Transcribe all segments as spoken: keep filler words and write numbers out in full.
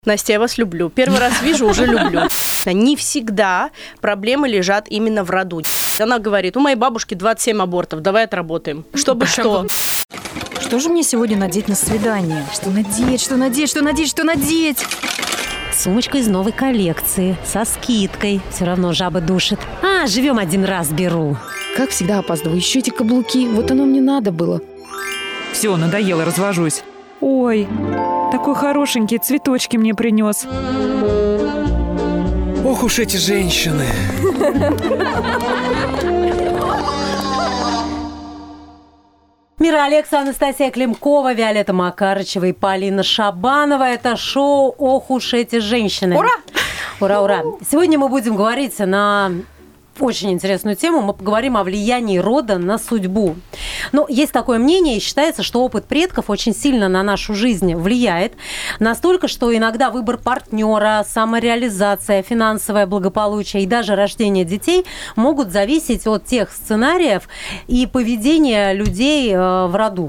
Настя, я вас люблю. Первый раз вижу, уже люблю. Не всегда проблемы лежат именно в роду. Она говорит, у моей бабушки двадцать семь абортов, давай отработаем. Чтобы что? Что же мне сегодня надеть на свидание? Что надеть, что надеть, что надеть, что надеть? Сумочка из новой коллекции, со скидкой. Все равно жаба душит. А, живем один раз, беру. Как всегда опаздываю. Еще эти каблуки. Вот оно мне надо было. Все, надоело, развожусь. Ой, такой хорошенький, цветочки мне принес. Ох уж эти женщины. Мира Алекса, Анастасия Климкова, Виолетта Макарычева и Полина Шабанова. Это шоу «Ох уж эти женщины». Ура! Ура, ура! Сегодня мы будем говорить на очень интересную тему. Мы поговорим о влиянии рода на судьбу. Но есть такое мнение, и считается, что опыт предков очень сильно на нашу жизнь влияет. Настолько, что иногда выбор партнера, самореализация, финансовое благополучие и даже рождение детей могут зависеть от тех сценариев и поведения людей в роду.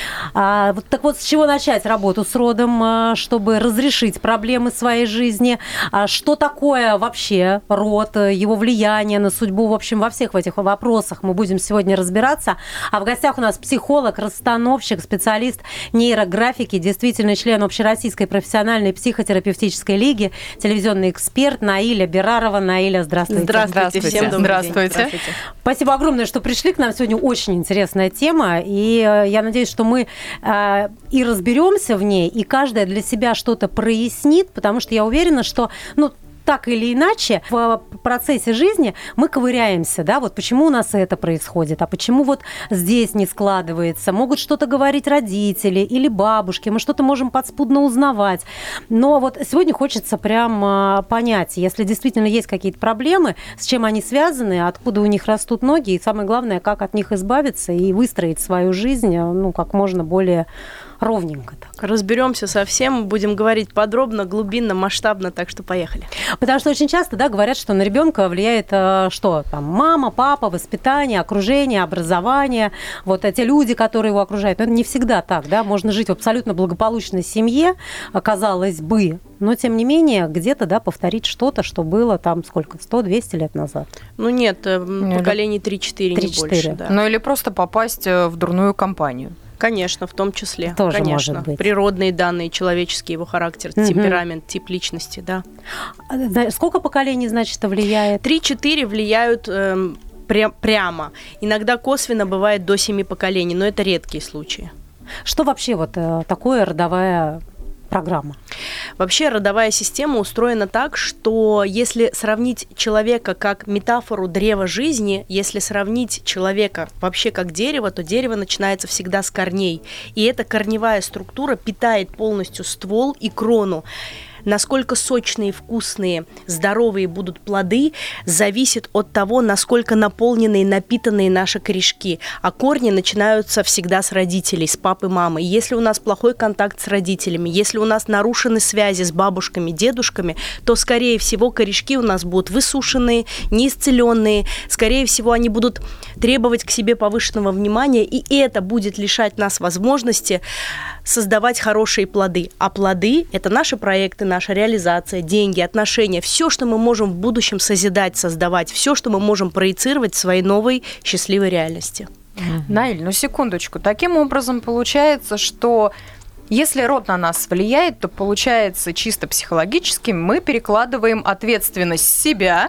А, вот, так вот, с чего начать работу с родом, чтобы разрешить проблемы своей жизни? А, что такое вообще род, его влияние на судьбу? В общем, во всех этих вопросах мы будем сегодня разбираться. А в гостях у нас психолог, расстановщик, специалист нейрографики, действительно член Общероссийской профессиональной психотерапевтической лиги, телевизионный эксперт Наиля Берарова. Наиля, здравствуйте. Здравствуйте. Здравствуйте. Всем добрый Здравствуйте. день. Здравствуйте. Спасибо огромное, что пришли к нам. Сегодня очень интересная тема, и я надеюсь, что мы э, и разберемся в ней, и каждая для себя что-то прояснит, потому что я уверена, что, ну, так или иначе, в процессе жизни мы ковыряемся, да, вот почему у нас это происходит, а почему вот здесь не складывается. Могут что-то говорить родители или бабушки, мы что-то можем подспудно узнавать. Но вот сегодня хочется прям понять, если действительно есть какие-то проблемы, с чем они связаны, откуда у них растут ноги, и самое главное, как от них избавиться и выстроить свою жизнь, ну, как можно более ровненько так. Разберемся со всем, будем говорить подробно, глубинно, масштабно, так что поехали. Потому что очень часто, да, говорят, что на ребенка влияет что? Там мама, папа, воспитание, окружение, образование, вот эти люди, которые его окружают. Но это не всегда так, да, можно жить в абсолютно благополучной семье, казалось бы, но тем не менее где-то, да, повторить что-то, что было там сколько, сто-двести лет назад. Ну нет, поколений три-четыре, не больше. Да. Ну или просто попасть в дурную компанию. Конечно, в том числе. Тоже Конечно. Может быть. Природные данные, человеческий его характер, угу. темперамент, тип личности, да. Сколько поколений, значит, это влияет? три-четыре влияют э, пря- прямо. Иногда косвенно бывает до семи поколений, но это редкие случаи. Что вообще вот э, такое родовая программа? Вообще родовая система устроена так, что если сравнить человека как метафору древа жизни, если сравнить человека вообще как дерево, то дерево начинается всегда с корней. И эта корневая структура питает полностью ствол и крону. Насколько сочные, вкусные, здоровые будут плоды, зависит от того, насколько наполненные, напитанные наши корешки. А корни начинаются всегда с родителей, с папы, мамы. И если у нас плохой контакт с родителями, если у нас нарушены связи с бабушками, дедушками, то, скорее всего, корешки у нас будут высушенные, неисцеленные. Скорее всего, они будут требовать к себе повышенного внимания, и это будет лишать нас возможности создавать хорошие плоды. А плоды – это наши проекты, наша реализация, деньги, отношения, все, что мы можем в будущем созидать, создавать, все, что мы можем проецировать в своей новой счастливой реальности. Наиль, ну секундочку. Таким образом получается, что если род на нас влияет, то получается чисто психологически мы перекладываем ответственность с себя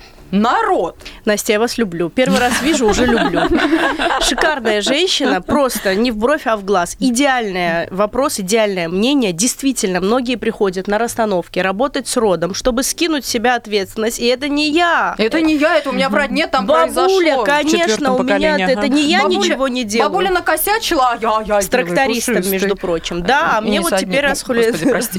народ. Настя, я вас люблю. Первый раз вижу, уже люблю. Шикарная женщина, просто не в бровь, а в глаз. Идеальный вопрос, идеальное мнение. Действительно, многие приходят на расстановки работать с родом, чтобы скинуть с себя ответственность. И это не я. Это не я, это у меня в родне там Бабуля, произошло. конечно, у меня ага. это не я Бабуля, ничего не делаю. Бабуля накосячила, а я, я с трактористом, делаю, между прочим. Да, а мне вот теперь расхлебывать.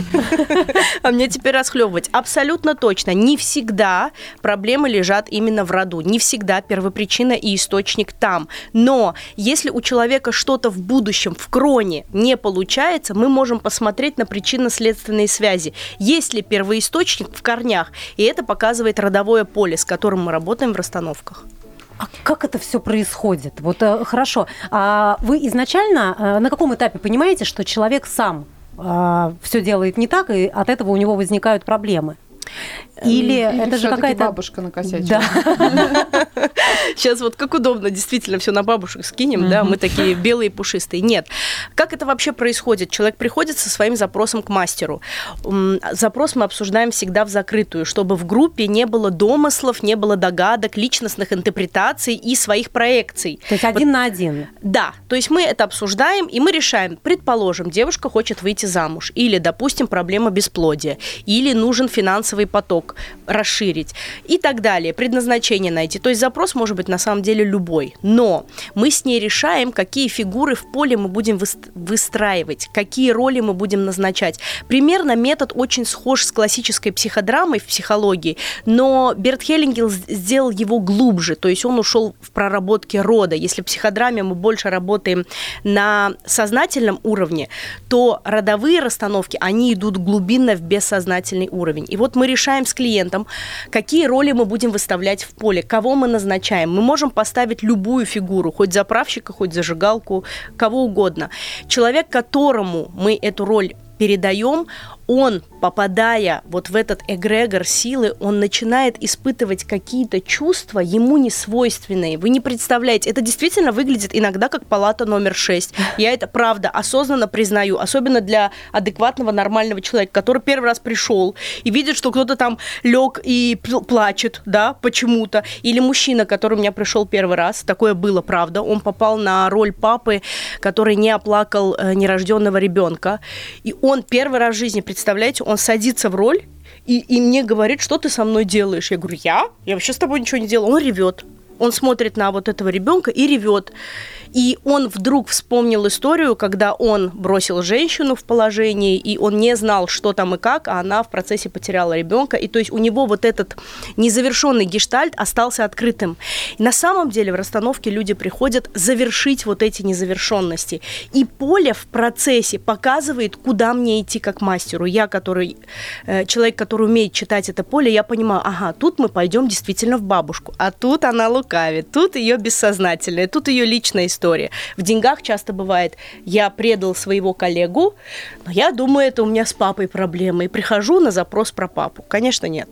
А мне теперь расхлебывать. Абсолютно точно. Не всегда проблемы лежат именно в роду. Не всегда первопричина и источник там. Но если у человека что-то в будущем, в кроне не получается, мы можем посмотреть на причинно-следственные связи. Есть ли первоисточник в корнях? И это показывает родовое поле, с которым мы работаем в расстановках. А как это все происходит? Вот хорошо. А вы изначально на каком этапе понимаете, что человек сам э, все делает не так, и от этого у него возникают проблемы. Или, Или это же какая-то бабушка накосячила. Да. Сейчас вот как удобно, действительно, все на бабушек скинем, mm-hmm. да, мы такие белые пушистые. Нет. Как это вообще происходит? Человек приходит со своим запросом к мастеру. Запрос мы обсуждаем всегда в закрытую, чтобы в группе не было домыслов, не было догадок, личностных интерпретаций и своих проекций. То есть один вот, на один. Да. То есть мы это обсуждаем, и мы решаем, предположим, девушка хочет выйти замуж, или, допустим, проблема бесплодия, или нужен финансовый поток, расширить и так далее, предназначение найти. То есть запрос может быть на самом деле любой, но мы с ней решаем, какие фигуры в поле мы будем выстраивать, какие роли мы будем назначать. Примерно метод очень схож с классической психодрамой в психологии, но Берт Хеллингер сделал его глубже, то есть он ушел в проработке рода. Если в психодраме мы больше работаем на сознательном уровне, то родовые расстановки, они идут глубинно в бессознательный уровень. И вот мы решаем с клиентом, какие роли мы будем выставлять в поле, кого мы назначаем. Мы можем поставить любую фигуру, хоть заправщика, хоть зажигалку, кого угодно. Человек, которому мы эту роль передаем, он, попадая вот в этот эгрегор силы, он начинает испытывать какие-то чувства ему не свойственные. Вы не представляете, это действительно выглядит иногда как палата номер шесть. Я это, правда, осознанно признаю, особенно для адекватного, нормального человека, который первый раз пришел и видит, что кто-то там лег и плачет, да, почему-то. Или мужчина, который у меня пришел первый раз, такое было, правда, он попал на роль папы, который не оплакал э, нерожденного ребенка, и он первый раз в жизни, представляете, он садится в роль и, и мне говорит, что ты со мной делаешь. Я говорю, я? Я вообще с тобой ничего не делаю. Он ревет. Он смотрит на вот этого ребенка и ревет. И он вдруг вспомнил историю, когда он бросил женщину в положении, и он не знал, что там и как, а она в процессе потеряла ребенка. И то есть у него вот этот незавершенный гештальт остался открытым. И на самом деле в расстановке люди приходят завершить вот эти незавершенности. И поле в процессе показывает, куда мне идти как мастеру. Я, который, э, человек, который умеет читать это поле, я понимаю, ага, тут мы пойдем действительно в бабушку, а тут она лукавит, тут ее бессознательное, тут ее личная история. История. В деньгах часто бывает, я предал своего коллегу, но я думаю, это у меня с папой проблемы, и прихожу на запрос про папу. Конечно, нет.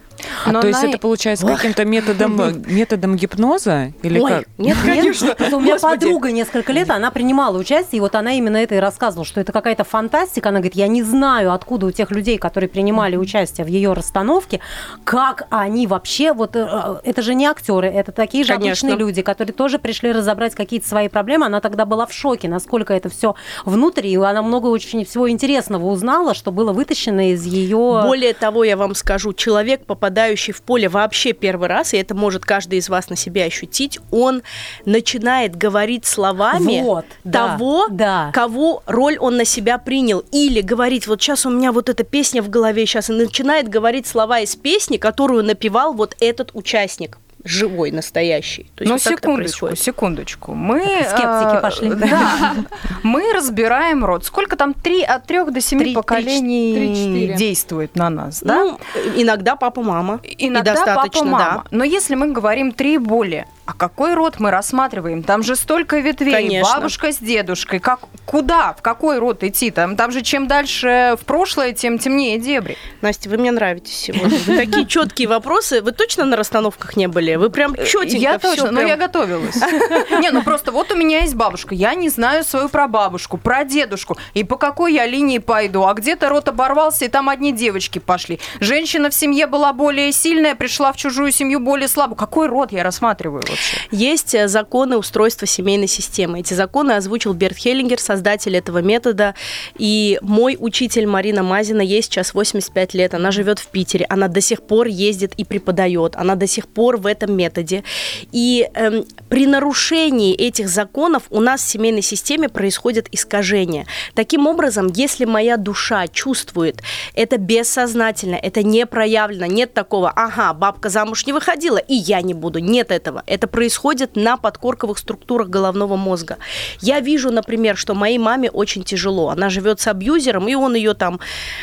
А то есть на... это получается Ох. каким-то методом, методом гипноза? Или Ой, как? Нет, конечно. У меня подруга несколько лет, она принимала участие, и вот она именно это и рассказывала, что это какая-то фантастика. Она говорит, я не знаю, откуда у тех людей, которые принимали участие в ее расстановке, как они вообще, вот это же не актеры, это такие же конечно. обычные люди, которые тоже пришли разобрать какие-то свои проблемы. Она тогда была в шоке, насколько это все внутри, и она много очень всего интересного узнала, что было вытащено из ее... Более того, я вам скажу, человек, попадающий в поле вообще первый раз, и это может каждый из вас на себе ощутить, он начинает говорить словами вот, того, да, да. кого роль он на себя принял. Или говорить, вот сейчас у меня вот эта песня в голове, сейчас и начинает говорить слова из песни, которую напевал вот этот участник. Живой, настоящий. То есть ну, вот секундочку, секундочку. Мы, скептики пошли. Да, мы разбираем род. Сколько там? Три, от трех до семи три, поколений три, три, действует на нас, да? Ну, иногда папа-мама. Иногда и достаточно, папа-мама. Да. Но если мы говорим три и более, а какой род мы рассматриваем? Там же столько ветвей. Конечно. Бабушка с дедушкой. Как, куда? В какой род идти? Там, там же чем дальше в прошлое, тем темнее дебри. Настя, вы мне нравитесь сегодня. Вы такие четкие вопросы. Вы точно на расстановках не были? Вы прям четенько. Я всё точно, но прям... я готовилась. Не, ну просто вот у меня есть бабушка. Я не знаю свою прабабушку, прадедушку. И по какой я линии пойду? А где-то род оборвался, и там одни девочки пошли. Женщина в семье была более сильная, пришла в чужую семью более слабую. Какой род я рассматриваю вообще? Есть законы устройства семейной системы. Эти законы озвучил Берт Хеллингер, создатель этого метода. И мой учитель Марина Мазина, ей сейчас восемьдесят пять лет. Она живет в Питере. Она до сих пор ездит и преподает. Она до сих пор в этом методе. И эм, при нарушении этих законов у нас в семейной системе происходят искажения. Таким образом, если моя душа чувствует это бессознательно, это не проявлено, нет такого, ага, бабка замуж не выходила, и я не буду. Нет этого. Это происходит на подкорковых структурах головного мозга. Я вижу, например, что моей маме очень тяжело. Она живет с абьюзером, и он ее там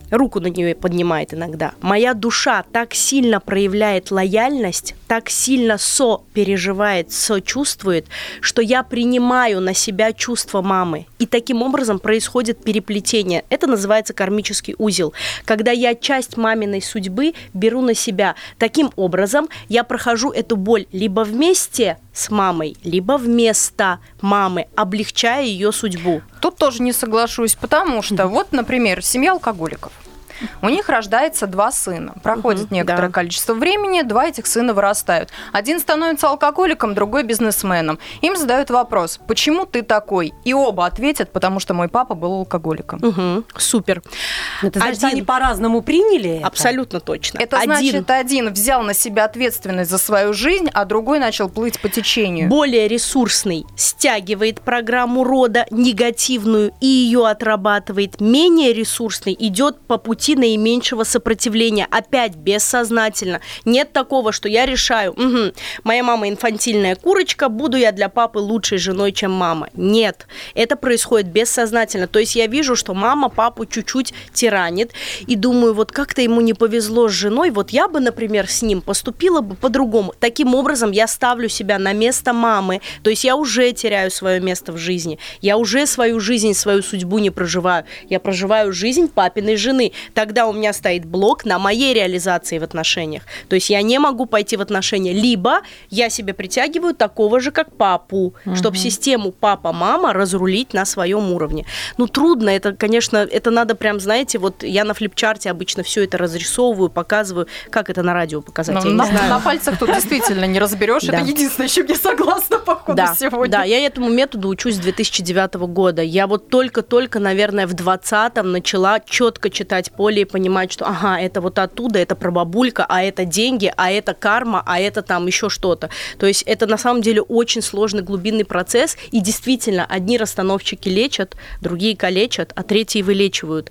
руку на нее поднимает иногда. Моя душа так сильно проявляет лояльность, так сильно сопереживает, сочувствует, что я принимаю на себя чувства мамы. И таким образом происходит переплетение. Это называется кармический узел. Когда я часть маминой судьбы беру на себя. Таким образом я прохожу эту боль либо вместе с мамой, либо вместо мамы, облегчая ее судьбу. Тут тоже не соглашусь, потому что, вот, например, семья алкоголиков. У них рождается два сына. Проходит угу, некоторое да. количество времени, два этих сына вырастают. Один становится алкоголиком, другой бизнесменом. Им задают вопрос, почему ты такой? И оба ответят, потому что мой папа был алкоголиком. Угу, супер. Это значит, один... они по-разному приняли это? Абсолютно точно. Это один... значит, один взял на себя ответственность за свою жизнь, а другой начал плыть по течению. Более ресурсный стягивает программу рода негативную и ее отрабатывает. Менее ресурсный идет по пути наименьшего сопротивления. Опять бессознательно. Нет такого, что я решаю, угу, моя мама инфантильная курочка, буду я для папы лучшей женой, чем мама. Нет. Это происходит бессознательно. То есть я вижу, что мама папу чуть-чуть тиранит, и думаю, вот как-то ему не повезло с женой, вот я бы, например, с ним поступила бы по-другому. Таким образом я ставлю себя на место мамы. То есть я уже теряю свое место в жизни. Я уже свою жизнь, свою судьбу не проживаю. Я проживаю жизнь папиной жены. Тогда у меня стоит блок на моей реализации в отношениях. То есть я не могу пойти в отношения. Либо я себе притягиваю такого же, как папу, угу. чтобы систему папа-мама разрулить на своем уровне. Ну, трудно. Это, конечно, это надо прям, знаете, вот я на флипчарте обычно все это разрисовываю, показываю. Как это на радио показать? Ну, на, на пальцах тут действительно не разберешь. Это единственное, с чем я согласна, походу, сегодня. Да, я этому методу учусь с две тысячи девятого года. Я вот только-только, наверное, в двадцатом начала четко читать поле и понимать, что ага, это вот оттуда, это прабабулька, а это деньги, а это карма, а это там еще что-то. То есть это на самом деле очень сложный глубинный процесс, и действительно одни расстановщики лечат, другие калечат, а третьи вылечивают.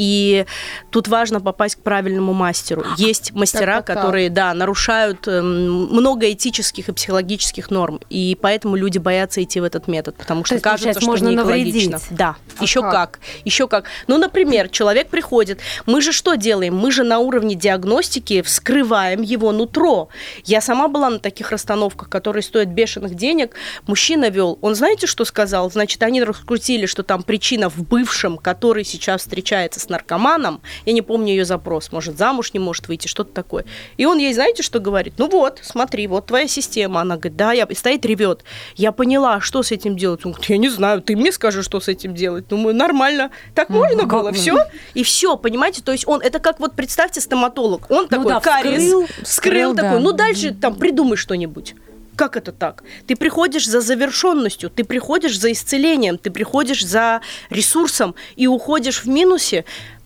И тут важно попасть к правильному мастеру. Есть мастера, которые, да, нарушают много этических и психологических норм, и поэтому люди боятся идти в этот метод, потому что кажется, что не экологично. Да, а еще как? как, еще как. Ну, например, человек приходит, мы же что делаем? Мы же на уровне диагностики вскрываем его нутро. Я сама была на таких расстановках, которые стоят бешеных денег. Мужчина вел. Он, знаете, что сказал? Значит, они раскрутили, что там причина в бывшем, который сейчас встречается с наркоманом. Я не помню ее запрос. Может, замуж не может выйти, что-то такое. И он ей, знаете, что говорит? Ну вот, смотри, вот твоя система. Она говорит, да, я... И стоит, ревет. Я поняла, что с этим делать. Он говорит, я не знаю, ты мне скажи, что с этим делать. Думаю, нормально. Так можно mm-hmm. было? Все? И все, понимаете? То есть он, это как вот представьте стоматолог, он ну такой да, кариес, вскрыл, вскрыл, вскрыл такой, да. ну дальше там придумай что-нибудь. Как это так? Ты приходишь за завершенностью, ты приходишь за исцелением, ты приходишь за ресурсом и уходишь в минусе.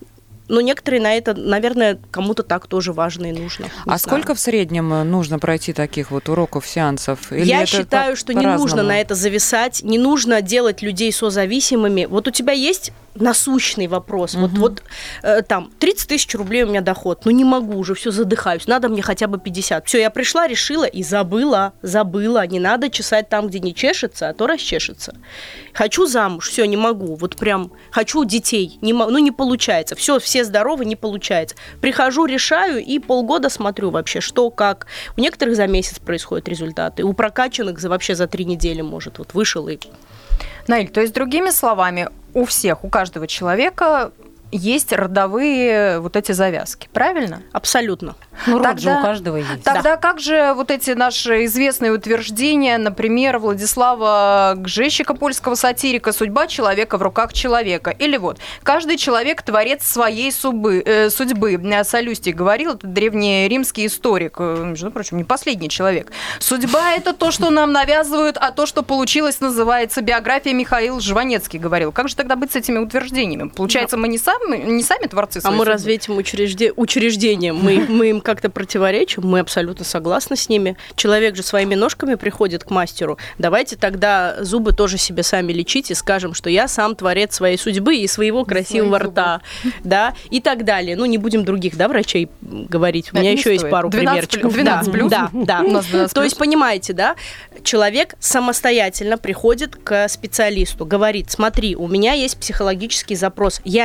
Но некоторые на это, наверное, кому-то так тоже важно и нужно. А сколько в среднем нужно пройти таких вот уроков, сеансов? Или Я считаю, что не нужно на это зависать, не нужно делать людей созависимыми. Вот у тебя есть насущный вопрос. Угу. Вот, вот э, там тридцать тысяч рублей у меня доход, ну не могу уже, все задыхаюсь, надо мне хотя бы пятьдесят. Все, я пришла, решила и забыла, забыла. Не надо чесать там, где не чешется, а то расчешется. Хочу замуж, все, не могу. Вот прям хочу детей, не могу, ну не получается. Все, все здоровы, не получается. Прихожу, решаю и полгода смотрю вообще, что, как. У некоторых за месяц происходят результаты, у прокачанных за, вообще за три недели может. Вот вышел и... Наиль, то есть, другими словами, у всех, у каждого человека есть родовые вот эти завязки, правильно? Абсолютно. Ну, род же у каждого есть. Тогда да. как же вот эти наши известные утверждения, например, Владислава Гжещика, польского сатирика, «Судьба человека в руках человека». Или вот «Каждый человек творец своей судьбы». Э, судьбы. Солюстий говорил, это древнеримский историк, между прочим, не последний человек. «Судьба – это то, что нам навязывают, а то, что получилось, называется биография». Михаил Жванецкий говорил. Как же тогда быть с этими утверждениями? Получается, мы не сами Мы не сами творцы своей А мы судьбы. разве этим учрежде... учреждениям мы, мы им как-то противоречим? Мы абсолютно согласны с ними. Человек же своими ножками приходит к мастеру. Давайте тогда зубы тоже себе сами лечить и скажем, что я сам творец своей судьбы и своего красивого Свои рта. Да, и так далее. Ну, не будем других, да, врачей говорить. У меня еще есть пару примерчиков. двенадцать плюс. Да, да. да. То есть, понимаете, да, человек самостоятельно приходит к специалисту, говорит, смотри, у меня есть психологический запрос, я не справляюсь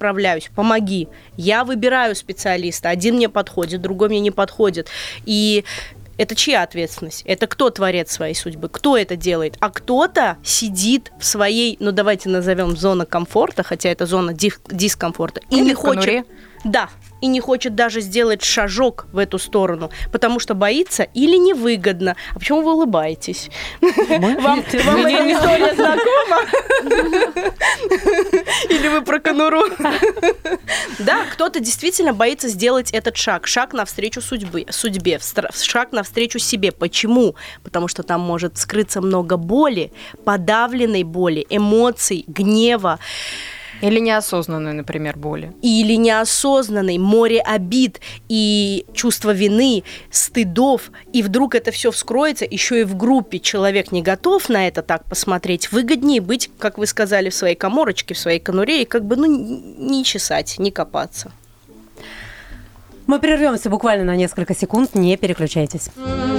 справляюсь, помоги. Я выбираю специалиста. Один мне подходит, другой мне не подходит. И это чья ответственность? Это кто творец своей судьбы? Кто это делает? А кто-то сидит в своей, ну давайте назовем зона комфорта, хотя это зона дис- дискомфорта, и Или не в конуре. хочет... Да, и не хочет даже сделать шажок в эту сторону, потому что боится или невыгодно. А почему вы улыбаетесь? Вам эта история знакома? Или вы про конуру? Да, кто-то действительно боится сделать этот шаг. Шаг навстречу судьбе, судьбе, шаг навстречу себе. Почему? Потому что там может скрыться много боли, подавленной боли, эмоций, гнева. Или неосознанной, например, боли. Или неосознанной, море обид и чувство вины, стыдов. И вдруг это все вскроется, еще и в группе человек не готов на это так посмотреть. Выгоднее быть, как вы сказали, в своей каморочке, в своей конуре, и как бы ну, не чесать, не копаться. Мы прервемся буквально на несколько секунд, не переключайтесь.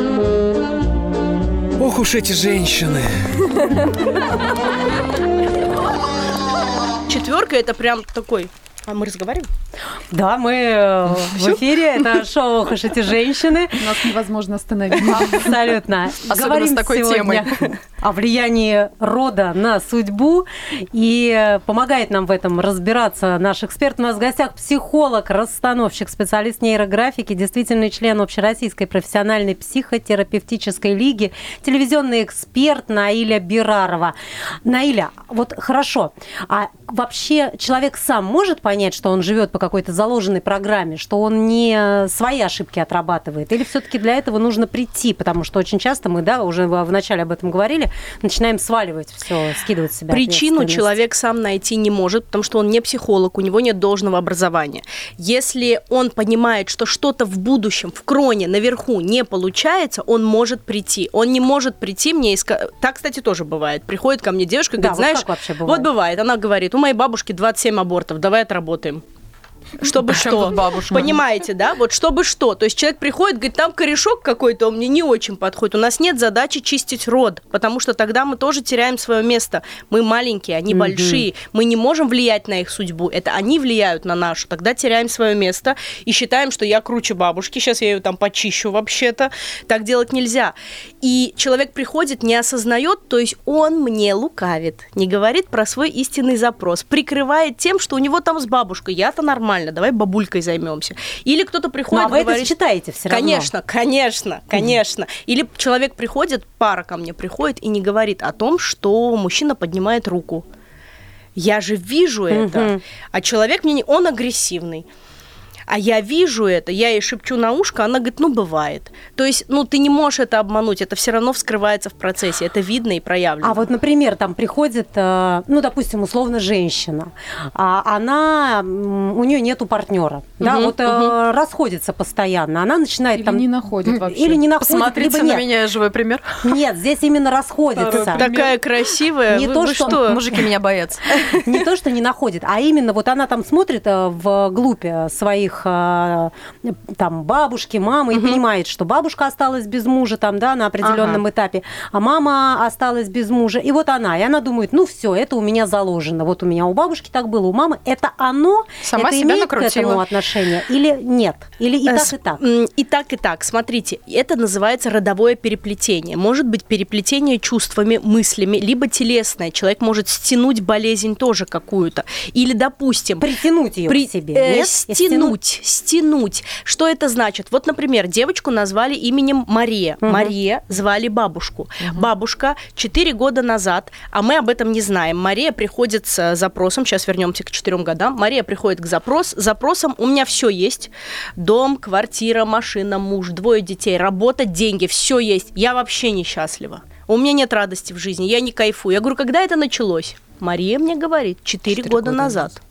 Ох уж эти женщины. Четверка – это прям такой... А мы разговариваем? Да, мы э, в эфире. Это шоу «Ох уж эти женщины». Нас невозможно остановить. Абсолютно. Особенно Говорим с такой сегодня темой. о влиянии рода на судьбу. И помогает нам в этом разбираться наш эксперт. У нас в гостях психолог, расстановщик, специалист нейрографики, действительный член Общероссийской профессиональной психотерапевтической лиги, телевизионный эксперт Наиля Бирарова. Наиля, вот хорошо. А вообще человек сам может понять, что он живет по какой-то заложенной программе, что он не свои ошибки отрабатывает? Или все-таки для этого нужно прийти? Потому что очень часто мы, да, уже в начале об этом говорили, начинаем сваливать все, скидывать с себя Причину человек сам найти не может, потому что он не психолог, у него нет должного образования. Если он понимает, что что-то в будущем, в кроне, наверху не получается, он может прийти. Он не может прийти мне и сказать... Так, кстати, тоже бывает. Приходит ко мне девушка и Да, говорит, вот знаешь, как вообще бывает? вот бывает. Она говорит, у моей бабушки двадцать семь абортов, давай отработаем. Чтобы Причем что? тут бабушка? Понимаете, да? Вот чтобы что? То есть человек приходит, говорит, там корешок какой-то, он мне не очень подходит. У нас нет задачи чистить род, потому что тогда мы тоже теряем свое место. Мы маленькие, они mm-hmm. большие. Мы не можем влиять на их судьбу. Это они влияют на нашу. Тогда теряем свое место и считаем, что я круче бабушки. Сейчас я ее там почищу вообще-то. Так делать нельзя. И человек приходит, не осознает, то есть он мне лукавит, не говорит про свой истинный запрос, прикрывает тем, что у него там с бабушкой. Я-то нормально. Давай бабулькой займемся. Или кто-то приходит, ну, а вы говорит... это читаете все равно. Конечно, конечно, конечно. Mm-hmm. Или человек приходит, пара ко мне приходит и не говорит о том, что мужчина поднимает руку. Я же вижу mm-hmm. это. А человек мне не... Он агрессивный. А я вижу это, я ей шепчу на ушко, она говорит, ну, бывает. То есть, ну, ты не можешь это обмануть, это все равно вскрывается в процессе, это видно и проявлено. А вот, например, там приходит, ну, допустим, условно, женщина, а она, у нее нету партнера, да, угу, вот угу. расходится постоянно, она начинает или там... не находит вообще. Или не находит, Посмотрите либо на нет. меня, живой пример. Нет, здесь именно расходится. Такая красивая, не вы, то, вы что... что? Мужики меня боятся. Не то, что не находит, а именно вот она там смотрит вглубь своих... там бабушки, мамы, uh-huh. и понимает, что бабушка осталась без мужа там, да, на определенном uh-huh. этапе, а мама осталась без мужа. И вот она, и она думает, ну все, это у меня заложено. Вот у меня у бабушки так было, у мамы. Это оно, Сама это себя имеет накрутила. К этому отношение или нет? Или и так, и так? И так, и так. Смотрите, это называется родовое переплетение. Может быть переплетение чувствами, мыслями, либо телесное. Человек может стянуть болезнь тоже какую-то. Или, допустим... Притянуть ее при... к себе, э, нет? Стянуть, стянуть. Что это значит? Вот, например, девочку назвали именем Мария. Угу. Мария звали бабушку. Угу. Бабушка четыре года назад, а мы об этом не знаем. Мария приходит с запросом, сейчас вернемся к четырем годам. Мария приходит к запрос, запросом, у меня все есть. Дом, квартира, машина, муж, двое детей, работа, деньги, все есть. Я вообще несчастлива. У меня нет радости в жизни, я не кайфую. Я говорю, когда это началось? Мария мне говорит, четыре года назад. назад.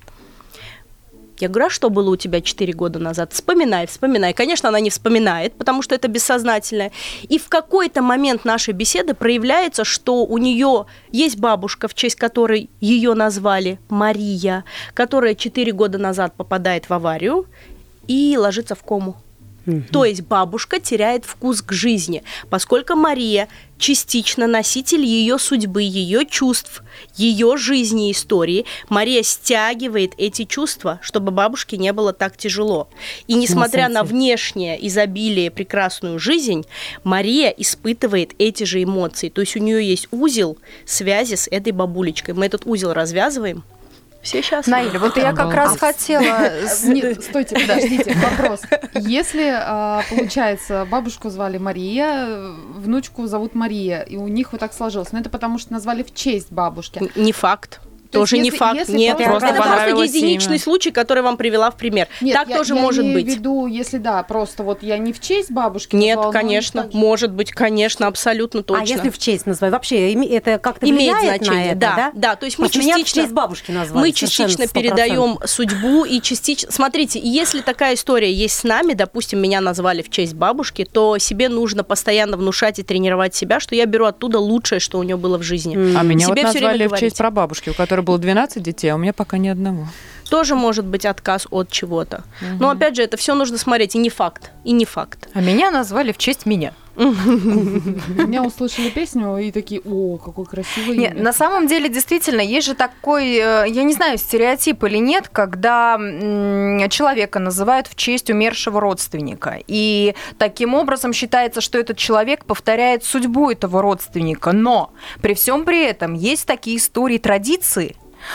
Я говорю, а что было у тебя четыре года назад? Вспоминай, вспоминай. Конечно, она не вспоминает, потому что это бессознательное. И в какой-то момент нашей беседы проявляется, что у нее есть бабушка, в честь которой ее назвали Мария, которая четыре года назад попадает в аварию и ложится в кому. Угу. То есть бабушка теряет вкус к жизни, поскольку Мария частично носитель ее судьбы, ее чувств, ее жизни и истории. Мария стягивает эти чувства, чтобы бабушке не было так тяжело. И несмотря на внешнее изобилие, прекрасную жизнь, Мария испытывает эти же эмоции. То есть у нее есть узел связи с этой бабулечкой. Мы этот узел развязываем. Все счастливы. Наиля, вот я как раз хотела... Нет, стойте, подождите, вопрос. Если, а, получается, бабушку звали Мария, внучку зовут Мария, и у них вот так сложилось, но это потому, что назвали в честь бабушки. Не факт. То Тоже есть, не если- факт. если Нет, просто просто это просто понравилось единичный имя. случай, который я вам привела в пример. Нет, так я, тоже я может имею быть. в виду, если да, просто вот я не в честь бабушки Нет, назвала, но конечно, так же. может быть, конечно, абсолютно точно. А если в честь называть? Вообще, име- это как-то Имеет влияет значение, на это, да, да? да, то есть мы Просто меня в частично- честь бабушки назвали. Мы совершенно частично сто процентов. передаем судьбу и частично... Смотрите, если такая история есть с нами, допустим, меня назвали в честь бабушки, то себе нужно постоянно внушать и тренировать себя, что я беру оттуда лучшее, что у нее было в жизни. А меня вот Себе всё время назвали в говорить. честь прабабушки, у которой было двенадцать детей, а у меня пока ни одного. Тоже может быть отказ от чего-то. Но опять же, это все нужно смотреть, и не факт, и не факт. А меня назвали в честь меня. Меня услышали песню и такие, о, какой красивый Нет, на самом деле, действительно, есть же такой, э, я не знаю, стереотип или нет, когда м, человека называют в честь умершего родственника. И таким образом считается, что этот человек повторяет судьбу этого родственника. Но при всем при этом есть такие истории, традиции.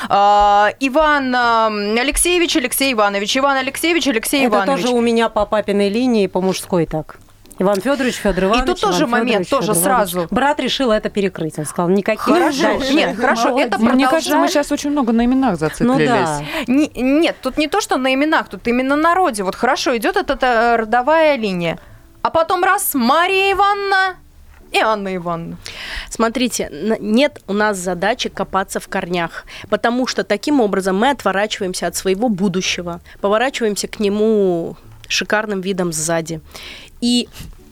А, Иван а, Алексеевич, Алексей Иванович, Иван Алексеевич, Алексей Это Иванович. тоже у меня по папиной линии, по мужской так. Иван Федорович, Федор Иванович. тут тоже Иван момент, Фёдорович, тоже Фёдор Иванович. сразу. Брат решил это перекрыть. Он сказал, никаких Хорошо, дальше. нет, хорошо, это Молодец. Мне кажется, мы Продолжай. сейчас очень много на именах Ну зациклились. да. Не- нет, тут не то, что на именах, тут именно на роде. Вот хорошо, идет эта э, родовая линия. А потом раз Мария Ивановна и Анна Ивановна. Смотрите, н- нет у нас задачи копаться в корнях, потому что таким образом мы отворачиваемся от своего будущего, поворачиваемся к нему шикарным видом сзади и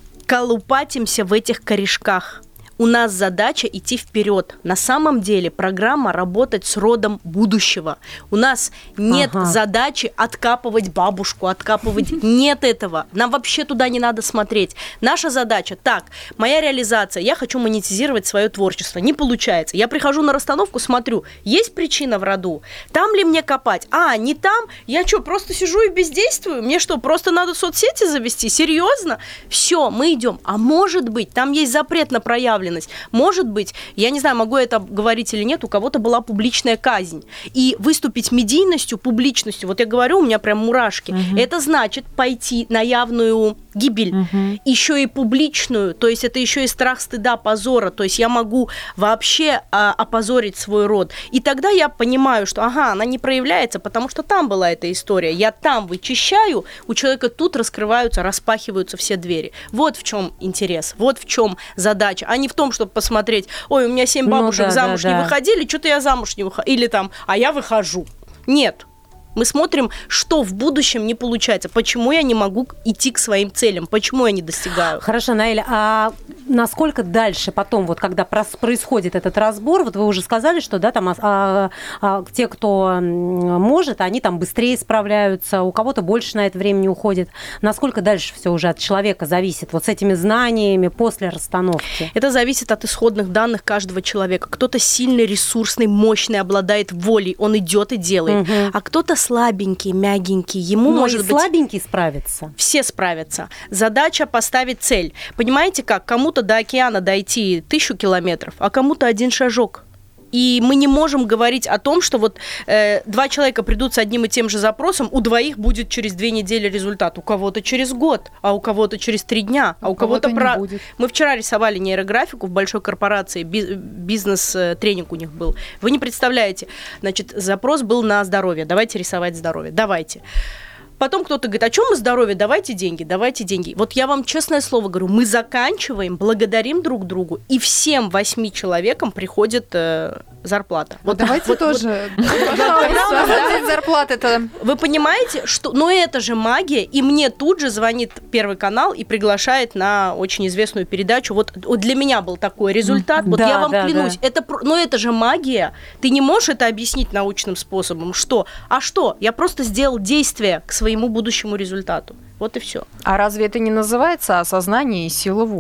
колупатимся в этих корешках. У нас задача идти вперед. На самом деле программа работать с родом будущего. У нас нет Ага. задачи откапывать бабушку, откапывать. Нет этого. Нам вообще туда не надо смотреть. Наша задача, так, моя реализация, я хочу монетизировать свое творчество. Не получается. Я прихожу на расстановку, смотрю, есть причина в роду? Там ли мне копать? А, не там? Я что, просто сижу и бездействую? Мне что, просто надо соцсети завести? Серьезно? Все, мы идем. А может быть, там есть запрет на проявленность. Может быть, я не знаю, могу это говорить или нет, у кого-то была публичная казнь. И выступить медийностью, публичностью, вот я говорю, у меня прям мурашки, Мгм. это значит пойти на явную гибель, Мгм. еще и публичную, то есть это еще и страх стыда, позора, то есть я могу вообще а, опозорить свой род. И тогда я понимаю, что ага, она не проявляется, потому что там была эта история. Я там вычищаю, у человека тут раскрываются, распахиваются все двери. Вот в чем интерес, вот в чем задача, а не в том, чтобы посмотреть, ой, у меня семь Ну бабушек да, замуж да, не да. выходили, что-то я замуж не выхожу, или там, а я выхожу. Нет. Мы смотрим, что в будущем не получается, почему я не могу идти к своим целям, почему я не достигаю. Хорошо, Наиля, а насколько дальше потом, вот когда прос- происходит этот разбор, вот вы уже сказали, что да, там а, а, а, те, кто м, может, они там быстрее справляются, у кого-то больше на это времени уходит. Насколько дальше все уже от человека зависит, вот с этими знаниями после расстановки? Это зависит от исходных данных каждого человека. Кто-то сильный, ресурсный, мощный, обладает волей, он идет и делает. Мгм. А кто-то слабенький, мягенький, ему, Ну, может и быть, слабенький справится. все справятся. Задача поставить цель. Понимаете как? Кому-то до океана дойти тысячу километров, а кому-то один шажок. И мы не можем говорить о том, что вот э, два человека придут с одним и тем же запросом, у двоих будет через две недели результат, у кого-то через год, а у кого-то через три дня, а у, У кого-то кого-то... не про- будет. Мы вчера рисовали нейрографику в большой корпорации, би- бизнес-тренинг у них был. Вы не представляете, значит, запрос был на здоровье, давайте рисовать здоровье, давайте. Потом кто-то говорит, о чем мы здоровье? Давайте деньги, давайте деньги. Вот я вам честное слово говорю, мы заканчиваем, благодарим друг другу, и всем восьми человекам приходит э, зарплата. Вот давайте тоже. Пожалуйста, зарплата это... Вы понимаете, что... Но это же магия, и мне тут же звонит Первый канал и приглашает на очень известную передачу. Вот, вот для меня был такой результат. Вот Да, я вам да, клянусь, да. это, про- но это же магия. Ты не можешь это объяснить научным способом. Что? А что? Я просто сделал действие к своему будущему результату. Вот и все. А разве это не называется осознание и сила воли?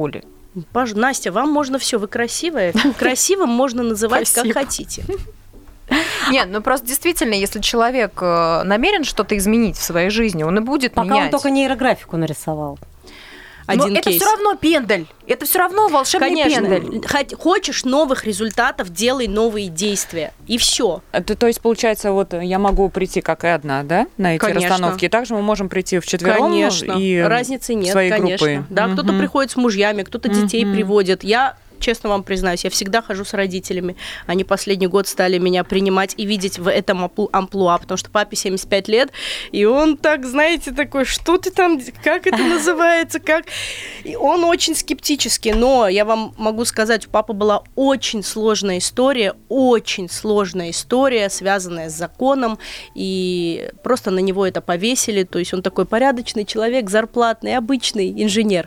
Паш, Настя, вам можно все, вы красивая. Красивым можно называть как хотите. Нет, ну просто действительно, если человек намерен что-то изменить в своей жизни, он и будет Пока менять. он только нейрографику нарисовал. Один Но это кейс. все равно пендель. Это все равно волшебный Конечно. пендель. Хоть- Хочешь новых результатов, делай новые действия. И все. Это, то есть, получается, вот я могу прийти как и одна, да, на эти Конечно. расстановки. И также мы можем прийти вчетвером Конечно. и Разницы нет, своей конечно. группой. Да, Мгм. кто-то приходит с мужьями, кто-то детей Мгм. приводит. Я, честно вам признаюсь, я всегда хожу с родителями. Они последний год стали меня принимать и видеть в этом амплу- амплуа, потому что папе семьдесят пять лет, и он так, знаете, такой, что ты там, как это называется, как... И он очень скептический, но я вам могу сказать, у папы была очень сложная история, очень сложная история, связанная с законом, и просто на него это повесили, то есть он такой порядочный человек, зарплатный, обычный инженер.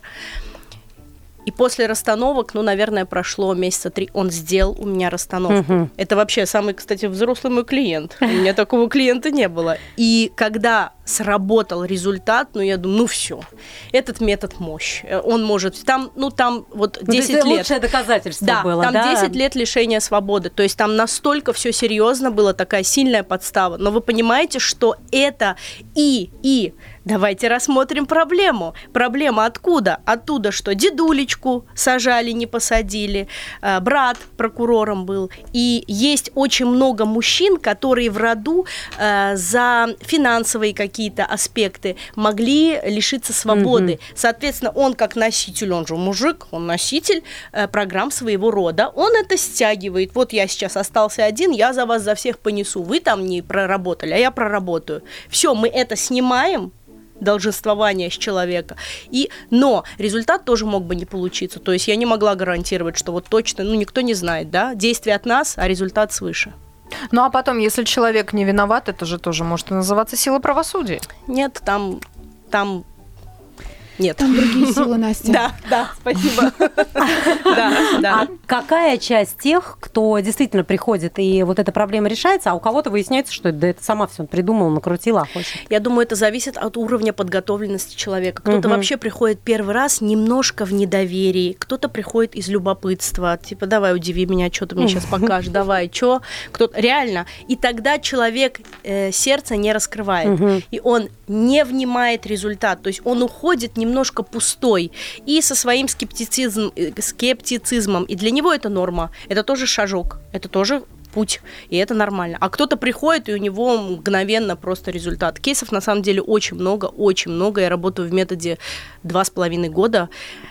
И после расстановок, ну, наверное, прошло месяца три, он сделал у меня расстановку. Мгм. Это вообще самый, кстати, взрослый мой клиент. У меня такого клиента не было. И когда сработал результат, ну, я думаю, ну, все, этот метод мощь. Он может... Там, ну, там вот Ну, то есть десять это лет... лучшее доказательство Да, было, там да? десять лет лишения свободы. То есть там настолько все серьезно было, такая сильная подстава. Но вы понимаете, что это и, и... Давайте рассмотрим проблему. Проблема откуда? Оттуда, что дедулечку сажали, не посадили, э, брат прокурором был. И есть очень много мужчин, которые в роду э, за финансовые какие-то аспекты могли лишиться свободы. Мгм. Соответственно, он как носитель, он же мужик, он носитель э, программ своего рода, он это стягивает. Вот я сейчас остался один, я за вас за всех понесу. Вы там не проработали, а я проработаю. Все, мы это снимаем, долженствование с человека. И, но результат тоже мог бы не получиться. То есть я не могла гарантировать, что вот точно, ну, никто не знает, да, действие от нас, а результат свыше. Ну а потом, если человек не виноват, это же тоже может и называться сила правосудия. Нет, там, там нет. Там другие силы, Настя. Да, да, спасибо. Да, да. А какая часть тех, кто действительно приходит, и вот эта проблема решается, а у кого-то выясняется, что да, это сама все придумала, накрутила, а хочет? Я думаю, это зависит от уровня подготовленности человека. Кто-то Мгм. вообще приходит первый раз немножко в недоверии, кто-то приходит из любопытства, типа, давай, удиви меня, что ты мне сейчас покажешь, давай, что? Кто-то реально. И тогда человек э, сердце не раскрывает, Мгм. и он не внимает результат, то есть он уходит немножко пустой и со своим скептицизм, э, скептицизмом, и для него это норма, это тоже шажок, это тоже путь, и это нормально. А кто-то приходит, и у него мгновенно просто результат. Кейсов на самом деле очень много, очень много. Я работаю в методе два с половиной года,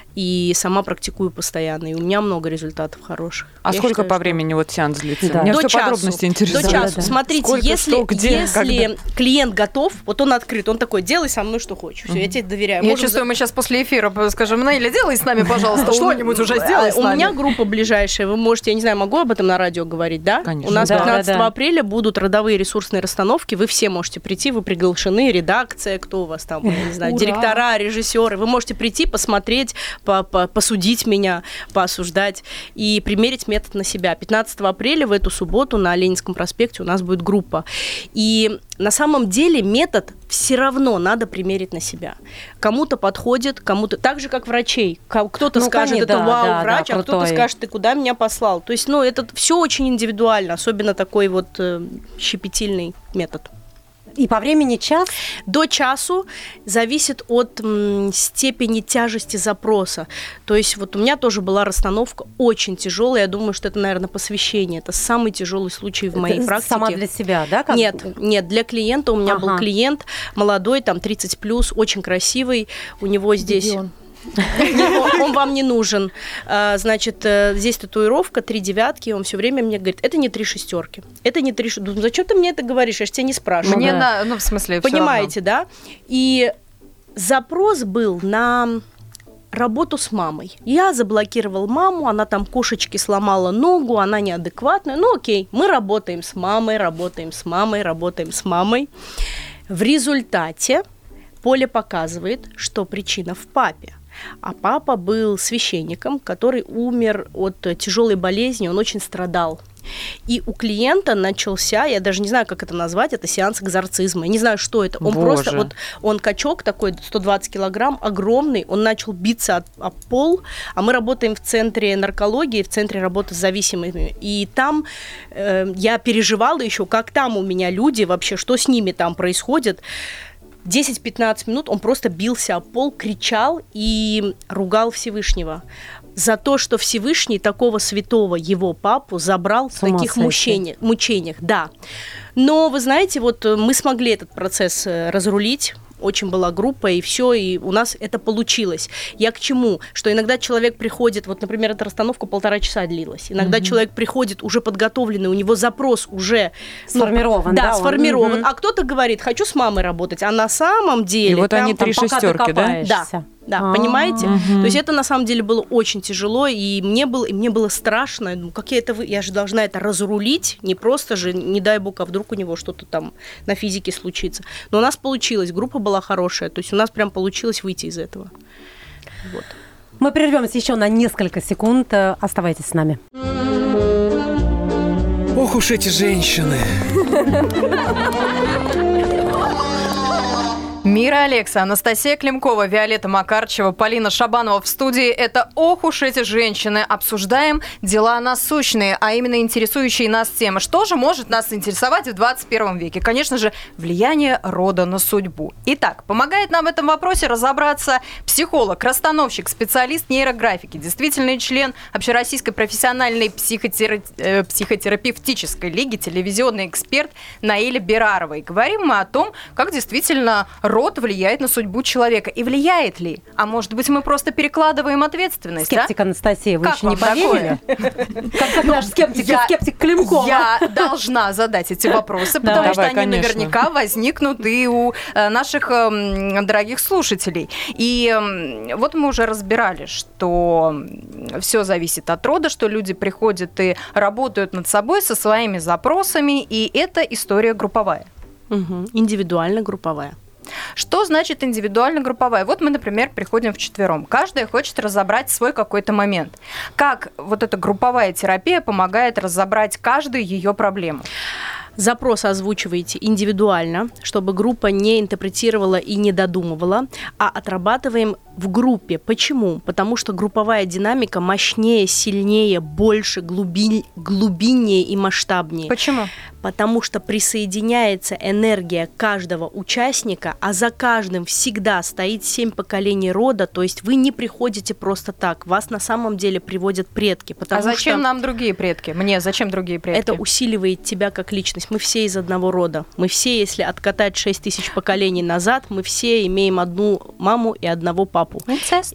и сама практикую постоянно, и у меня много результатов хороших. А Я сколько считаю, по что- времени вот сеанс длится? Да. Мне До все часу. подробности До интересуют. часу. Да, да. Смотрите, Сколько, если, что, где, если клиент готов, вот он открыт, он такой, делай со мной, что хочешь. Все, я тебе доверяю. Я Можем чувствую, мы сейчас после эфира скажем, Наиля, делай с нами, пожалуйста, что-нибудь уже сделай с У нами. меня группа ближайшая, вы можете, я не знаю, могу об этом на радио говорить, да? Конечно. У нас Да, пятнадцатого да, да. апреля будут родовые ресурсные расстановки, вы все можете прийти, вы приглашены, редакция, кто у вас там, я не знаю, Ура! директора, режиссеры, вы можете прийти, посмотреть, по- по- посудить меня, поосуждать и примерить метод на себя. пятнадцатого апреля в эту субботу на Ленинском проспекте у нас будет группа. И на самом деле метод все равно надо примерить на себя. Кому-то подходит, кому-то... Так же, как врачей. Ко- Кто-то Ну, скажет, конечно, это да, вау, да, врач, да, а кто-то крутой. скажет, ты куда меня послал. То есть, ну, это все очень индивидуально, особенно такой вот э, щепетильный метод. И по времени час? До часу зависит от м, степени тяжести запроса. То есть вот у меня тоже была расстановка очень тяжелая. Я думаю, что это, наверное, посвящение. Это самый тяжелый случай в моей Это практике. Сама для себя, да? как- Нет, нет, для клиента. У меня был Ага. клиент молодой, там тридцать плюс, очень красивый. У него здесь... Где он? Он, он вам не нужен. А, Значит, э, здесь татуировка, три девятки, и он все время мне говорит, это не три шестерки. Это не три шестерки. Зачем ты мне это говоришь? Я же тебя не спрашиваю. Мне да. на, ну, в смысле, всё Понимаете, да? И запрос был на работу с мамой. Я заблокировал маму, она там кошечки сломала ногу, она неадекватная. Ну окей, мы работаем с мамой, работаем с мамой, работаем с мамой. В результате поле показывает, что причина в папе. А папа был священником, который умер от тяжелой болезни, он очень страдал. И у клиента начался, я даже не знаю, как это назвать, это сеанс экзорцизма. Я не знаю, что это. Он Боже. просто, вот, он качок такой, сто двадцать килограмм, огромный, он начал биться об, об пол, а мы работаем в центре наркологии, в центре работы с зависимыми. И там э, я переживала еще, как там у меня люди, вообще, что с ними там происходит. десять-пятнадцать минут он просто бился об пол, кричал и ругал Всевышнего за то, что Всевышний такого святого его папу забрал в таких мучениях, мучениях, да. Но, вы знаете, вот мы смогли этот процесс разрулить. Очень была группа, и все, и у нас это получилось. Я к чему? Что иногда человек приходит, вот, например, эта расстановка полтора часа длилась. Иногда mm-hmm. человек приходит уже подготовленный, у него запрос уже сформирован. Ну, да, да, сформирован. Mm-hmm. А кто-то говорит, хочу с мамой работать, а на самом деле... И вот там, они три там, шестерки, да? Да. Да, А-а-а. Понимаете? Угу. То есть это на самом деле было очень тяжело, и мне было, и мне было страшно. Ну, как я это, я же должна это разрулить, не просто же, не дай бог, а вдруг у него что-то там на физике случится. Но у нас получилось, группа была хорошая, то есть у нас прям получилось выйти из этого. Вот. Мы прервемся еще на несколько секунд. Оставайтесь с нами. Ох уж эти женщины. Мира Алекса, Анастасия Климкова, Виолетта Макарчева, Полина Шабанова в студии. Это «Ох уж эти женщины». Обсуждаем дела насущные, а именно интересующие нас темы. Что же может нас интересовать в двадцать первом веке? Конечно же, влияние рода на судьбу. Итак, помогает нам в этом вопросе разобраться психолог, расстановщик, специалист нейрографики, действительный член Общероссийской профессиональной психотера... э, психотерапевтической лиги, телевизионный эксперт Наиля Берарова. И говорим мы о том, как действительно род влияет на судьбу человека. И влияет ли? А может быть, мы просто перекладываем ответственность, Скептик а? Анастасия, вы как еще не поверили? Как наш скептик, скептик Климкова. Я должна задать эти вопросы, потому что они наверняка возникнут и у наших дорогих слушателей. И вот мы уже разбирали, что все зависит от рода, что люди приходят и работают над собой со своими запросами, и это история групповая. Угу. Индивидуально-групповая. Что значит индивидуально-групповая? Вот мы, например, приходим вчетвером. Каждая хочет разобрать свой какой-то момент. Как вот эта групповая терапия помогает разобрать каждую ее проблему? Запрос озвучиваете индивидуально, чтобы группа не интерпретировала и не додумывала, а отрабатываем в группе. Почему? Потому что групповая динамика мощнее, сильнее, больше, глуби... глубиннее и масштабнее. Почему? Потому что присоединяется энергия каждого участника, а за каждым всегда стоит семь поколений рода, то есть вы не приходите просто так, вас на самом деле приводят предки. А зачем что... нам другие предки? Мне зачем другие предки? Это усиливает тебя как личность. Мы все из одного рода. Мы все, если откатать шесть тысяч поколений назад, мы все имеем одну маму и одного папу. Инцест.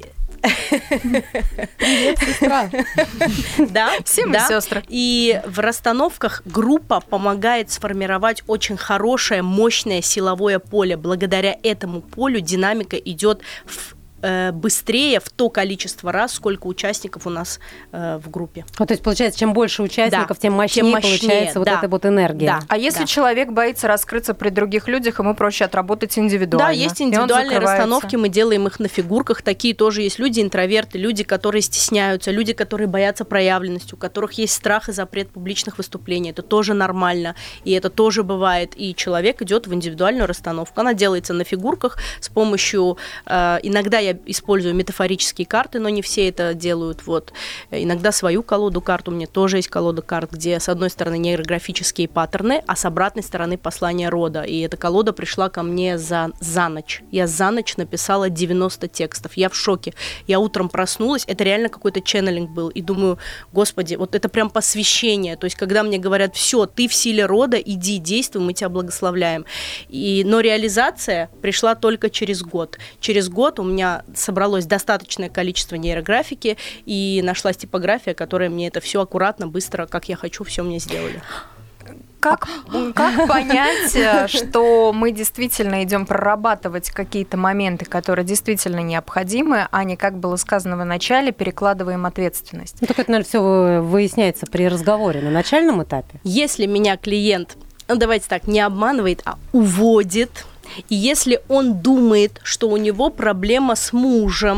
Привет, сестра. Да, все мы да. сестры. И в расстановках группа помогает сформировать очень хорошее, мощное силовое поле. Благодаря этому полю динамика идет в быстрее в то количество раз, сколько участников у нас э, в группе. Ну, то есть, получается, чем больше участников, да. тем, мощнее тем мощнее получается вот да. эта вот энергия. Да. А если да. человек боится раскрыться при других людях, ему проще отработать индивидуально? Да, есть индивидуальные расстановки, мы делаем их на фигурках. Такие тоже есть люди интроверты, люди, которые стесняются, люди, которые боятся проявленности, у которых есть страх и запрет публичных выступлений. Это тоже нормально, и это тоже бывает. И человек идет в индивидуальную расстановку. Она делается на фигурках с помощью... Э, иногда я использую метафорические карты, но не все это делают. Вот. Иногда свою колоду карт, у меня тоже есть колода карт, где с одной стороны нейрографические паттерны, а с обратной стороны послание рода. И эта колода пришла ко мне за, за ночь. Я за ночь написала девяносто текстов. Я в шоке. Я утром проснулась, это реально какой-то ченнелинг был. И думаю, господи, вот это прям посвящение. То есть, когда мне говорят, все, ты в силе рода, иди, действуй, мы тебя благословляем. И, но реализация пришла только через год. Через год у меня собралось достаточное количество нейрографики, и нашлась типография, которая мне это все аккуратно, быстро, как я хочу, все мне сделали. Как, как понять, что мы действительно идем прорабатывать какие-то моменты, которые действительно необходимы, а не, как было сказано в начале, перекладываем ответственность? Ну, так это, наверное, все выясняется при разговоре на начальном этапе. Если меня клиент, ну, давайте так, не обманывает, а уводит, и если он думает, что у него проблема с мужем,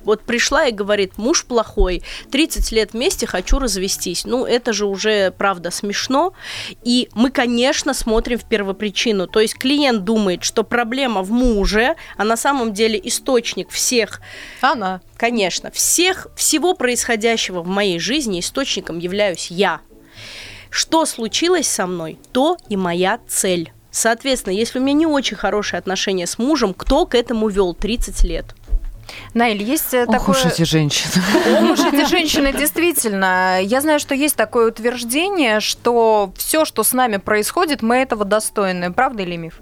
вот пришла и говорит, муж плохой, тридцать лет вместе, хочу развестись. Ну, это же уже, правда, смешно. И мы, конечно, смотрим в первопричину. То есть клиент думает, что проблема в муже, а на самом деле источник всех... Она. Конечно, всех, всего происходящего в моей жизни источником являюсь я. Что случилось со мной, то и моя цель. Соответственно, если у меня не очень хорошие отношения с мужем, кто к этому вел тридцать лет? Наиль, есть Ох такое... уж эти женщины. Ох уж эти женщины, действительно. Я знаю, что есть такое утверждение, что все, что с нами происходит, мы этого достойны. Правда или миф?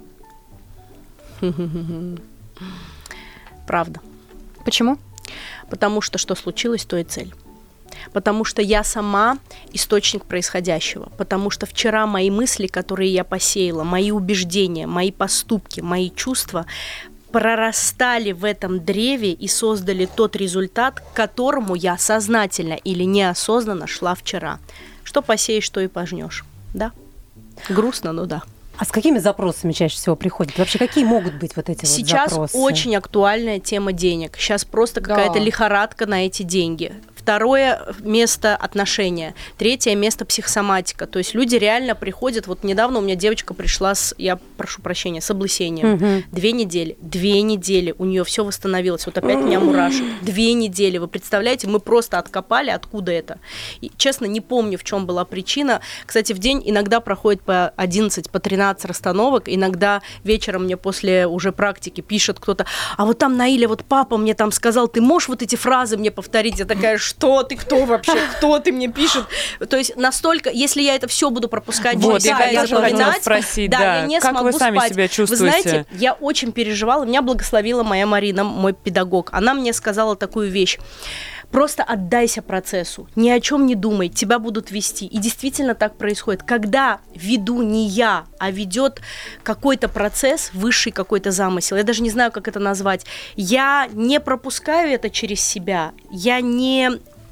Правда. Почему? Потому что что случилось, то и цель. Потому что я сама источник происходящего. Потому что вчера мои мысли, которые я посеяла, мои убеждения, мои поступки, мои чувства прорастали в этом древе и создали тот результат, к которому я сознательно или неосознанно шла вчера. Что посеешь, то и пожнешь. Да? Грустно, но да. А с какими запросами чаще всего приходят? Вообще, какие могут быть вот эти Сейчас вот запросы? Сейчас очень актуальная тема денег. Сейчас просто какая-то Да. лихорадка на эти деньги. Второе место отношения. Третье место психосоматика. То есть люди реально приходят. Вот недавно у меня девочка пришла с, я прошу прощения, с облысением. Мгм. Две недели. Две недели. У нее все восстановилось. Вот опять меня мурашит. Две недели. Вы представляете, мы просто откопали, откуда это. И, честно, не помню, в чем была причина. Кстати, в день иногда проходит по одиннадцать, по тринадцать расстановок. Иногда вечером мне после уже практики пишет кто-то, а вот там, Наиля, вот папа мне там сказал, ты можешь вот эти фразы мне повторить? Я такая, что ты, кто вообще, кто ты мне пишет? То есть настолько, если я это все буду пропускать, Вот, через себя я и тоже хотела запоминать, спросить, да, да, я не как смогу вы сами спать. себя чувствуете? Вы знаете, я очень переживала, меня благословила моя Марина, мой педагог. Она мне сказала такую вещь. Просто отдайся процессу, ни о чем не думай, тебя будут вести. И действительно так происходит. Когда веду не я, а ведет какой-то процесс, высший какой-то замысел, я даже не знаю, как это назвать, я не пропускаю это через себя, я не...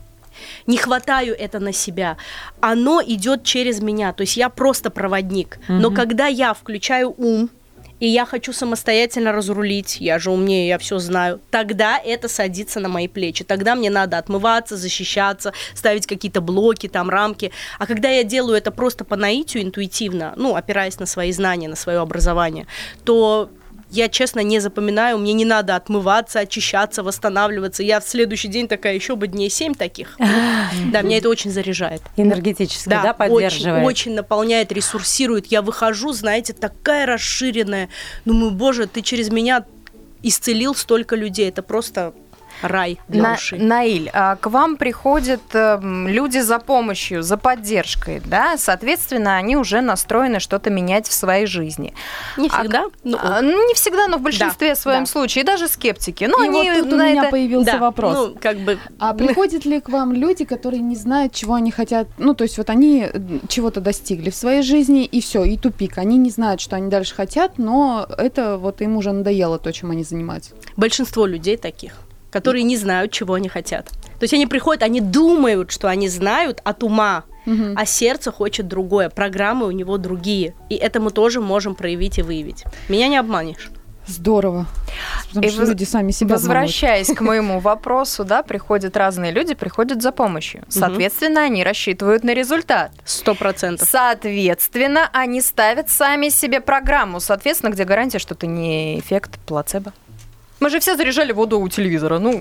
не хватаю это на себя, оно идет через меня, то есть я просто проводник. Mm-hmm. Но когда я включаю ум, и я хочу самостоятельно разрулить, я же умнее, я все знаю, тогда это садится на мои плечи. Тогда мне надо отмываться, защищаться, ставить какие-то блоки, там, рамки. А когда я делаю это просто по наитию, интуитивно, ну, опираясь на свои знания, на свое образование, то... я, честно, не запоминаю, мне не надо отмываться, очищаться, восстанавливаться. Я в следующий день такая, еще бы дней семь таких. Да, меня это очень заряжает. Энергетически, да, поддерживает? Очень, очень наполняет, ресурсирует. Я выхожу, знаете, такая расширенная. Думаю, боже, ты через меня исцелил столько людей. Это просто... рай для На, души. Наиль, а к вам приходят э, люди за помощью, за поддержкой, да? Соответственно, они уже настроены что-то менять в своей жизни. Не всегда. А, ну, а, не всегда, но в большинстве да, своем да. случае, и даже скептики. Ну, И они вот тут у на меня это... появился да, вопрос. ну, как бы... А приходят ли к вам люди, которые не знают, чего они хотят? Ну, то есть вот они чего-то достигли в своей жизни, и все, и тупик. Они не знают, что они дальше хотят, но это вот им уже надоело то, чем они занимаются. Большинство людей таких, которые не знают, чего они хотят. То есть они приходят, они думают, что они знают от ума, Угу. а сердце хочет другое, программы у него другие. И это мы тоже можем проявить и выявить. Меня не обманешь. Здорово. Потому И что воз- люди сами себя обманывают. Возвращаясь к моему вопросу, да, приходят разные люди, приходят за помощью. Соответственно, они рассчитывают на результат. Сто процентов. Соответственно, они ставят сами себе программу. Соответственно, где гарантия, что это не эффект плацебо? Мы же все заряжали воду у телевизора. Ну,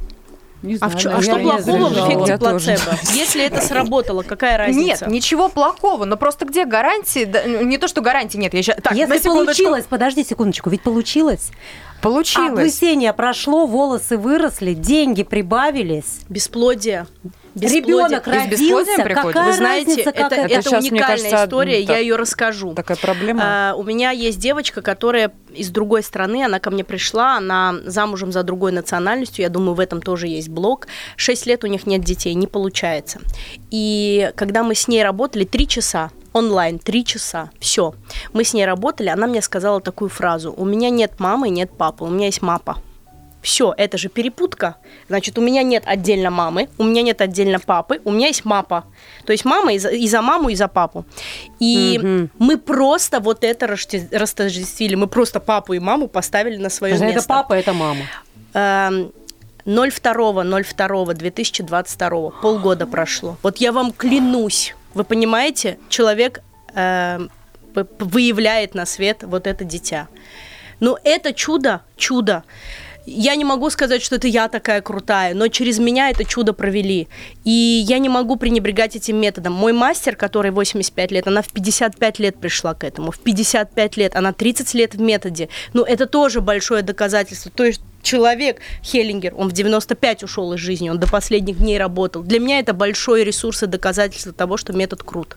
Не А, знаю, в чё- а наверное, что я плохого в заряжала. эффекте Я тоже. плацебо? Если это сработало, какая разница? нет, ничего плохого. Но просто где гарантии? Да, не то, что гарантии нет. Я щас... так, на Если секундочку. получилось, подожди секундочку, ведь получилось. Получилось. Облысение прошло, волосы выросли, деньги прибавились. Бесплодие. Бесплодие. Ребенок И с бесплодием родился. приходит? Какая Вы знаете, разница, это, как это, это? Это щас, мне уникальная кажется, история, так- я ее расскажу. Такая проблема. А, у меня есть девочка, которая из другой страны, она ко мне пришла, она замужем за другой национальностью, я думаю, в этом тоже есть блок. Шесть лет у них нет детей, не получается. И когда мы с ней работали, три часа, онлайн, три часа, все. Мы с ней работали, она мне сказала такую фразу: у меня нет мамы, нет папы, у меня есть мапа. Все, это же перепутка. Значит, у меня нет отдельно мамы, у меня нет отдельно папы, у меня есть мапа. То есть мама и за, и за маму, и за папу. И Мгм. мы просто вот это расте- растождествили. Мы просто папу и маму поставили на свое Это место. папа, это мама. Эм, ноль второго ноль второго две тысячи двадцать второго, полгода прошло. Вот я вам клянусь, вы понимаете, человек э, выявляет на свет вот это дитя. Но это чудо, чудо. Я не могу сказать, что это я такая крутая, но через меня это чудо провели. И я не могу пренебрегать этим методом. Мой мастер, который восемьдесят пять лет, она в пятьдесят пять лет пришла к этому. В пятьдесят пять лет, она тридцать лет в методе. Ну, это тоже большое доказательство. То есть человек, Хеллингер, он в девяносто пять ушел из жизни, он до последних дней работал. Для меня это большой ресурс и доказательство того, что метод крут.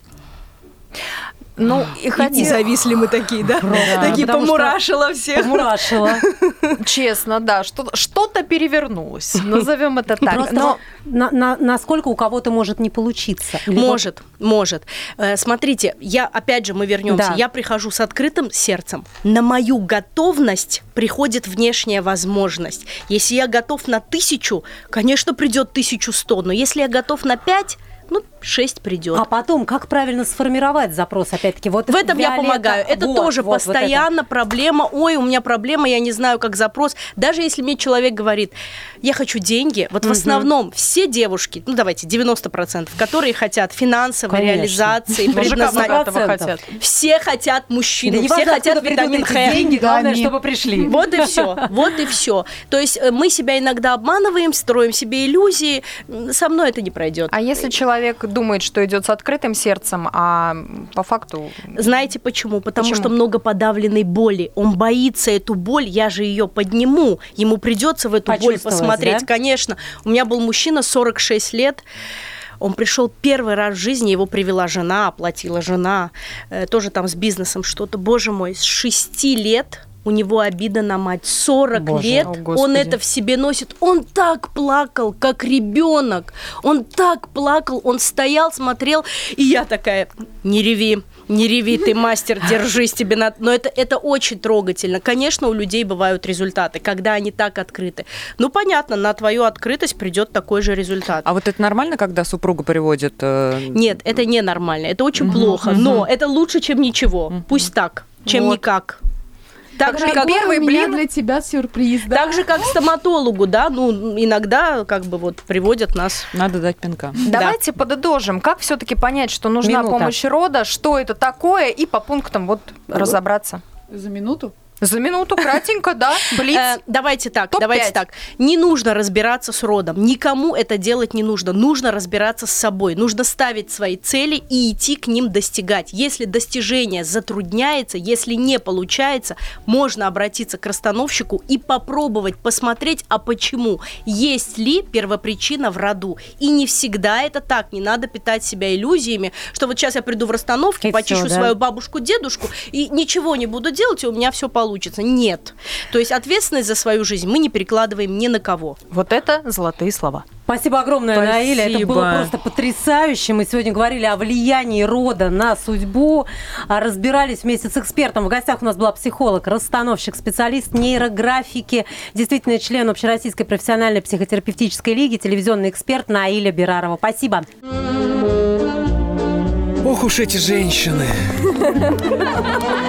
Ну, и хотя... И зависли мы такие, да? Да, такие помурашило всех. Помурашило. Честно, да, что- что-то перевернулось, назовем это так. Просто Но на- на- насколько у кого-то может не получиться? Или Может, может. Э, Смотрите, я, опять же, мы вернемся. Да. Я прихожу с открытым сердцем. На мою готовность приходит внешняя возможность. Если я готов на тысячу, конечно, придет тысячу сто. Но если я готов на пять, ну, шесть придет. А потом, как правильно сформировать запрос, опять-таки? Вот В этом я Виолетта, помогаю. Это вот, тоже вот, вот постоянно проблема. Ой, у меня проблема, я не знаю, как запрос. Даже если мне человек говорит, я хочу деньги, вот в основном все девушки, ну давайте, девяносто процентов, которые хотят финансовой Конечно. реализации, мужика предназначения. богатого хотят. Все хотят Да мужчину, не все важно, хотят откуда витамин придут эти Х. деньги, главное, Да, чтобы пришли. Вот и все, вот и все. То есть э, мы себя иногда обманываем, строим себе иллюзии. М, Со мной это не пройдет. А если человек думает, что идет с открытым сердцем, а по факту... Знаете почему? Потому Почему? что много подавленной боли. Он боится эту боль, я же ее подниму. Ему придется в эту боль Почувствовать, посмотреть. да? Конечно. У меня был мужчина сорок шесть лет. Он пришел первый раз в жизни, его привела жена, оплатила жена, э, тоже там с бизнесом что-то. Боже мой, с шести лет у него обида на мать. сорок Боже. лет О, он Господи. это в себе носит. Он так плакал, как ребенок. Он так плакал, он стоял, смотрел. И я такая, не реви, не реви, ты мастер, держись тебе на... Но это, это очень трогательно. Конечно, у людей бывают результаты, когда они так открыты. Ну, понятно, на твою открытость придет такой же результат. А вот это нормально, когда супруга приводит... э, Нет, это ненормально, это очень плохо. Но это лучше, чем ничего. Пусть так, чем Вот. никак. Так же, как как, первый у меня блин. для тебя сюрприз, да? так же, как к стоматологу, да, ну, иногда как бы вот приводят нас. Надо дать пинка. Давайте подытожим. Как все-таки понять, что нужна Минута. помощь рода, что это такое, и по пунктам вот разобраться. За минуту? За минуту, кратенько, да? Блиц. Э, давайте так, Топ давайте пять. так. Не нужно разбираться с родом. Никому это делать не нужно. Нужно разбираться с собой. Нужно ставить свои цели и идти к ним достигать. Если достижение затрудняется, если не получается, можно обратиться к расстановщику и попробовать посмотреть, а почему. Есть ли первопричина в роду. И не всегда это так. Не надо питать себя иллюзиями, что вот сейчас я приду в расстановке, И почищу всё, да. свою бабушку, дедушку и ничего не буду делать, и у меня все получится. Нет. То есть ответственность за свою жизнь мы не перекладываем ни на кого. Вот это золотые слова. Спасибо огромное, Наиля. Это Спасибо. было просто потрясающе. Мы сегодня говорили о влиянии рода на судьбу, а разбирались вместе с экспертом. В гостях у нас была психолог, расстановщик, специалист нейрографики, действительно член Общероссийской профессиональной психотерапевтической лиги, телевизионный эксперт Наиля Берарова. Спасибо. Ох уж эти женщины.